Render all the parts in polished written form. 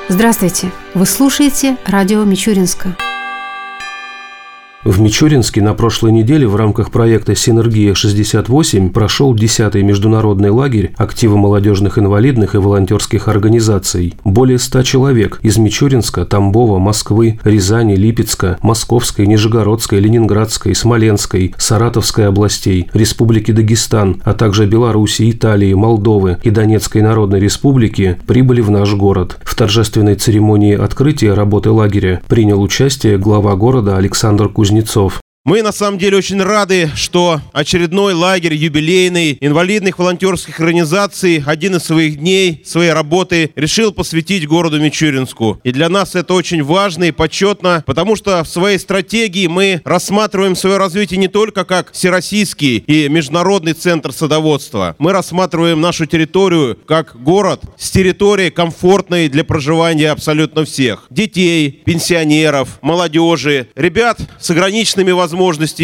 Здравствуйте! Вы слушаете радио Мичуринска. В Мичуринске на прошлой неделе в рамках проекта «Синергия-68» прошел 10-й международный лагерь актива молодежных инвалидных и волонтерских организаций. Более 100 человек из Мичуринска, Тамбова, Москвы, Рязани, Липецка, Московской, Нижегородской, Ленинградской, Смоленской, Саратовской областей, Республики Дагестан, а также Беларуси, Италии, Молдовы и Донецкой Народной Республики прибыли в наш город. В торжественной церемонии открытия работы лагеря принял участие глава города Александр Кузнецов. Мы на самом деле очень рады, что очередной лагерь юбилейный инвалидных волонтерских организаций один из своих дней, своей работы решил посвятить городу Мичуринску. И для нас это очень важно и почетно, потому что в своей стратегии мы рассматриваем свое развитие не только как всероссийский и международный центр садоводства. Мы рассматриваем нашу территорию как город с территорией комфортной для проживания абсолютно всех. Детей, пенсионеров, молодежи, ребят с ограниченными возможностями.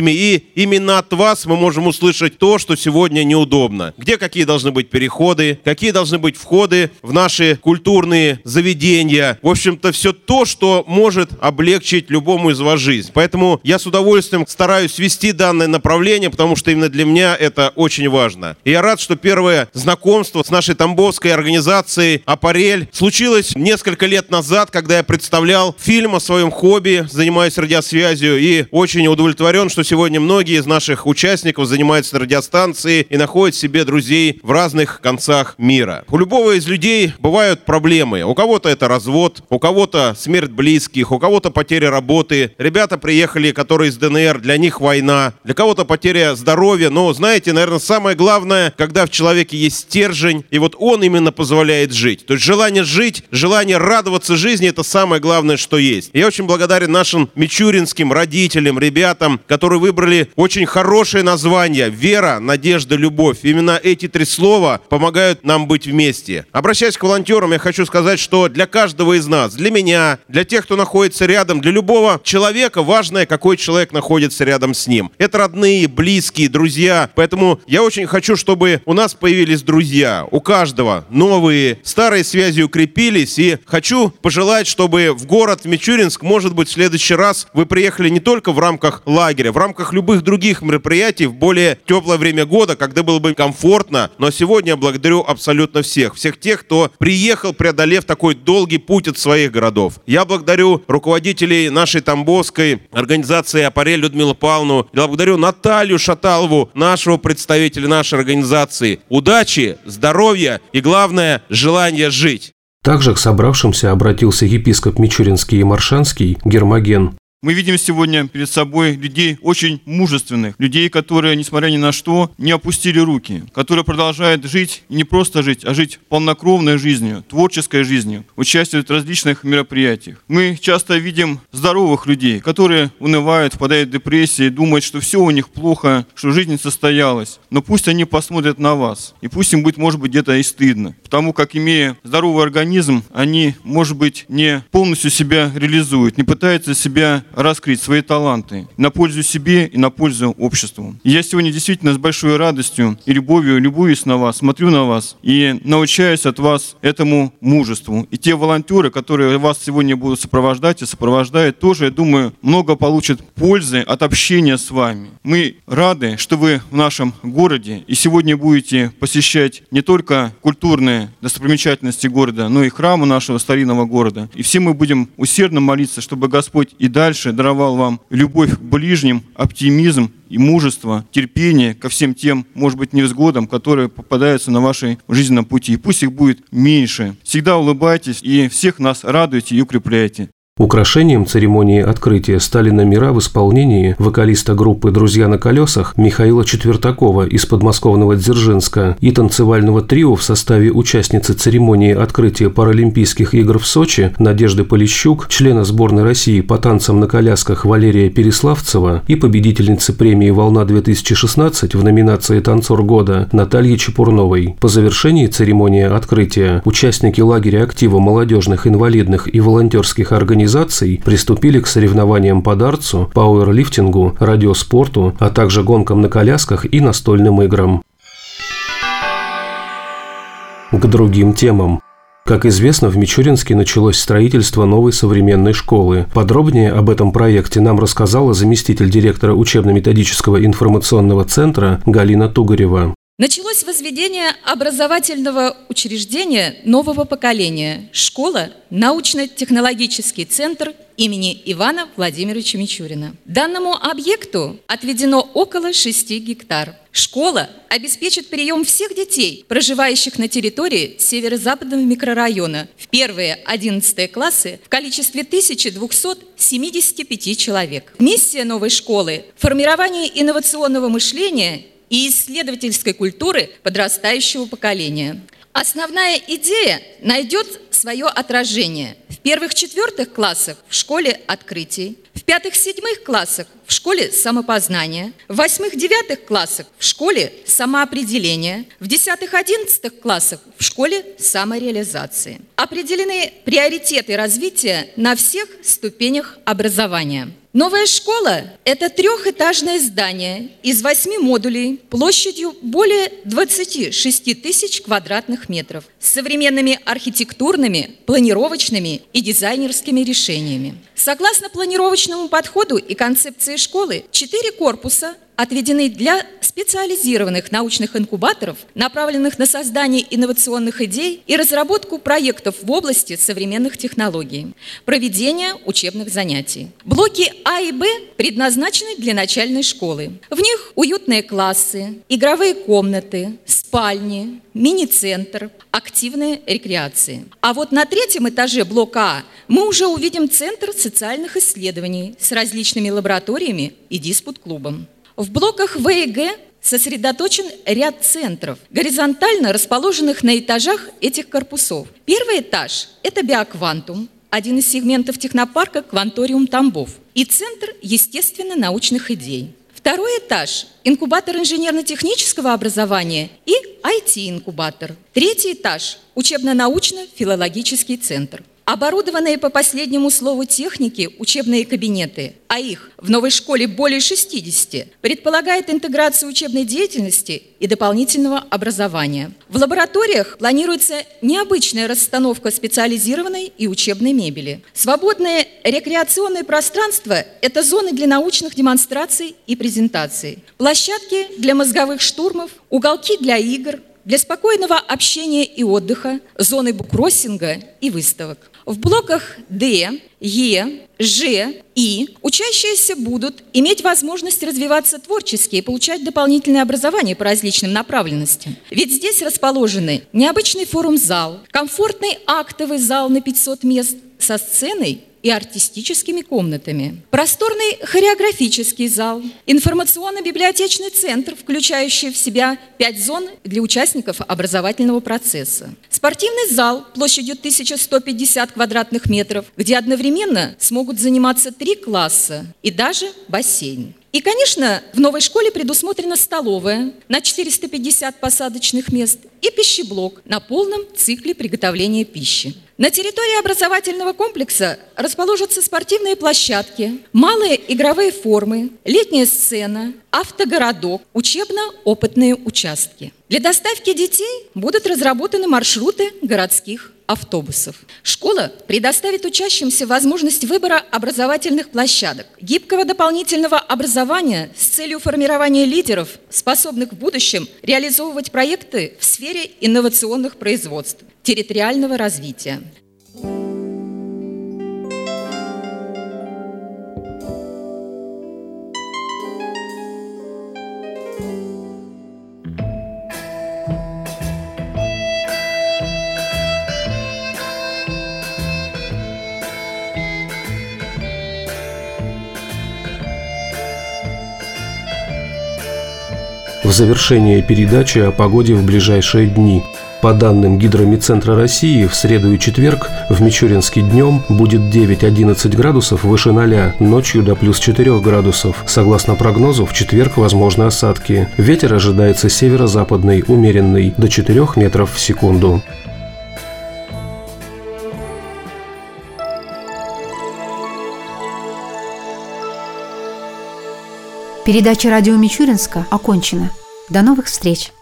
И именно от вас мы можем услышать то, что сегодня неудобно. Где какие должны быть переходы, какие должны быть входы в наши культурные заведения. В общем-то, все то, что может облегчить любому из вас жизнь. Поэтому я с удовольствием стараюсь вести данное направление, потому что именно для меня это очень важно. И я рад, что первое знакомство с нашей тамбовской организацией «Аппарель» случилось несколько лет назад, когда я представлял фильм о своем хобби, занимаюсь радиосвязью, и очень удовлетворен, что сегодня многие из наших участников занимаются радиостанцией и находят себе друзей в разных концах мира. У любого из людей бывают проблемы. У кого-то это развод, у кого-то смерть близких, у кого-то потеря работы. Ребята приехали, которые из ДНР, для них война, для кого-то потеря здоровья. Но, знаете, наверное, самое главное, когда в человеке есть стержень, и вот он именно позволяет жить. То есть желание жить, желание радоваться жизни — это самое главное, что есть. Я очень благодарен нашим мичуринским родителям, ребятам, которые выбрали очень хорошее название: вера, надежда, любовь. Именно эти три слова помогают нам быть вместе. Обращаясь к волонтерам, я хочу сказать, что для каждого из нас, для меня, для тех, кто находится рядом, для любого человека важно, какой человек находится рядом с ним. Это родные, близкие, друзья. Поэтому я очень хочу, чтобы у нас появились друзья. У каждого новые, старые связи укрепились. И хочу пожелать, чтобы в город Мичуринск, может быть, в следующий раз вы приехали не только в рамках лагеря, в рамках любых других мероприятий в более теплое время года, когда было бы комфортно. Но сегодня я благодарю абсолютно всех тех, кто приехал, преодолев такой долгий путь от своих городов. Я благодарю руководителей нашей тамбовской организации «Аппарель» Людмилу Павловну. Я благодарю Наталью Шаталову, нашего представителя нашей организации. Удачи, здоровья и, главное, желания жить. Также к собравшимся обратился епископ Мичуринский и Маршанский Гермоген. Мы видим сегодня перед собой людей очень мужественных, людей, которые, несмотря ни на что, не опустили руки, которые продолжают жить, и не просто жить, а жить полнокровной жизнью, творческой жизнью, участвуют в различных мероприятиях. Мы часто видим здоровых людей, которые унывают, впадают в депрессию, думают, что все у них плохо, что жизнь не состоялась. Но пусть они посмотрят на вас, и пусть им будет, может быть, где-то и стыдно, потому как, имея здоровый организм, они, может быть, не полностью себя реализуют, не пытаются себя раскрыть свои таланты на пользу себе и на пользу обществу. И я сегодня действительно с большой радостью и любовью любуюсь на вас, смотрю на вас и научаюсь от вас этому мужеству. И те волонтеры, которые вас сегодня будут сопровождать и сопровождают, тоже, я думаю, много получат пользы от общения с вами. Мы рады, что вы в нашем городе и сегодня будете посещать не только культурные достопримечательности города, но и храмы нашего старинного города. И все мы будем усердно молиться, чтобы Господь и дальше даровал вам любовь к ближним, оптимизм и мужество, терпение ко всем тем, может быть, невзгодам, которые попадаются на вашей жизненном пути. И пусть их будет меньше. Всегда улыбайтесь и всех нас радуйте и укрепляйте. Украшением церемонии открытия стали номера в исполнении вокалиста группы «Друзья на колесах» Михаила Четвертакова из подмосковного Дзержинска и танцевального трио в составе участницы церемонии открытия Паралимпийских игр в Сочи Надежды Полищук, члена сборной России по танцам на колясках Валерия Переславцева и победительницы премии «Волна-2016» в номинации «Танцор года» Натальи Чепурновой. По завершении церемонии открытия участники лагеря актива молодежных, инвалидных и волонтерских организаций приступили к соревнованиям по дартсу, пауэрлифтингу, радиоспорту, а также гонкам на колясках и настольным играм. К другим темам. Как известно, в Мичуринске началось строительство новой современной школы. Подробнее об этом проекте нам рассказала заместитель директора учебно-методического информационного центра Галина Тугарева. Началось возведение образовательного учреждения нового поколения – школа «Научно-технологический центр имени Ивана Владимировича Мичурина». Данному объекту отведено около 6 гектар. Школа обеспечит прием всех детей, проживающих на территории северо-западного микрорайона, в первые 11 классы в количестве 1275 человек. Миссия новой школы – формирование инновационного мышления и исследовательской культуры подрастающего поколения. Основная идея найдет свое отражение в первых-4 классах в школе открытий, в 5-7 классах в школе самопознания, в 8-9 классах в школе самоопределения, в 10-11 классах в школе самореализации. Определены приоритеты развития на всех ступенях образования. Новая школа – это 3-этажное здание из 8 модулей площадью более 26 тысяч квадратных метров с современными архитектурными, планировочными и дизайнерскими решениями. Согласно планировочному подходу и концепции школы, 4 корпуса отведены для специализированных научных инкубаторов, направленных на создание инновационных идей и разработку проектов в области современных технологий, проведение учебных занятий. Блоки А и Б предназначены для начальной школы. В них уютные классы, игровые комнаты, спальни, мини-центр, активная рекреация. А вот на 3-м этаже блока А мы уже увидим Центр социальных исследований с различными лабораториями и диспут-клубом. В блоках В и Г сосредоточен ряд центров, горизонтально расположенных на этажах этих корпусов. Первый этаж – это биоквантум, один из сегментов технопарка «Кванториум Тамбов», и Центр естественно-научных идей. Второй этаж – инкубатор инженерно-технического образования и IT-инкубатор. Третий этаж – учебно-научно-филологический центр. Оборудованные по последнему слову техники учебные кабинеты, а их в новой школе более 60, предполагает интеграцию учебной деятельности и дополнительного образования. В лабораториях планируется необычная расстановка специализированной и учебной мебели. Свободное рекреационное пространство – это зоны для научных демонстраций и презентаций, площадки для мозговых штурмов, уголки для игр, для спокойного общения и отдыха, зоны буккроссинга и выставок. В блоках Д, Е, Ж, И учащиеся будут иметь возможность развиваться творчески и получать дополнительное образование по различным направленностям. Ведь здесь расположены необычный форум-зал, комфортный актовый зал на 500 мест со сценой и артистическими комнатами, просторный хореографический зал, информационно-библиотечный центр, включающий в себя 5 зон для участников образовательного процесса, спортивный зал площадью 1150 квадратных метров, где одновременно смогут заниматься 3 класса и даже бассейн. И, конечно, в новой школе предусмотрена столовая на 450 посадочных мест и пищеблок на полном цикле приготовления пищи. На территории образовательного комплекса расположатся спортивные площадки, малые игровые формы, летняя сцена, автогородок, учебно-опытные участки. Для доставки детей будут разработаны маршруты городских автобусов. Школа предоставит учащимся возможность выбора образовательных площадок, гибкого дополнительного образования с целью формирования лидеров, способных в будущем реализовывать проекты в сфере инновационных производств, территориального развития. В завершение передачи о погоде в ближайшие дни. По данным Гидромедцентра России, в среду и четверг в Мичуринске днем будет 9-11 градусов выше 0, ночью до плюс 4 градусов. Согласно прогнозу, в четверг возможны осадки. Ветер ожидается северо-западный, умеренный, до 4 метров в секунду. Передача «Радио Мичуринска» окончена. До новых встреч!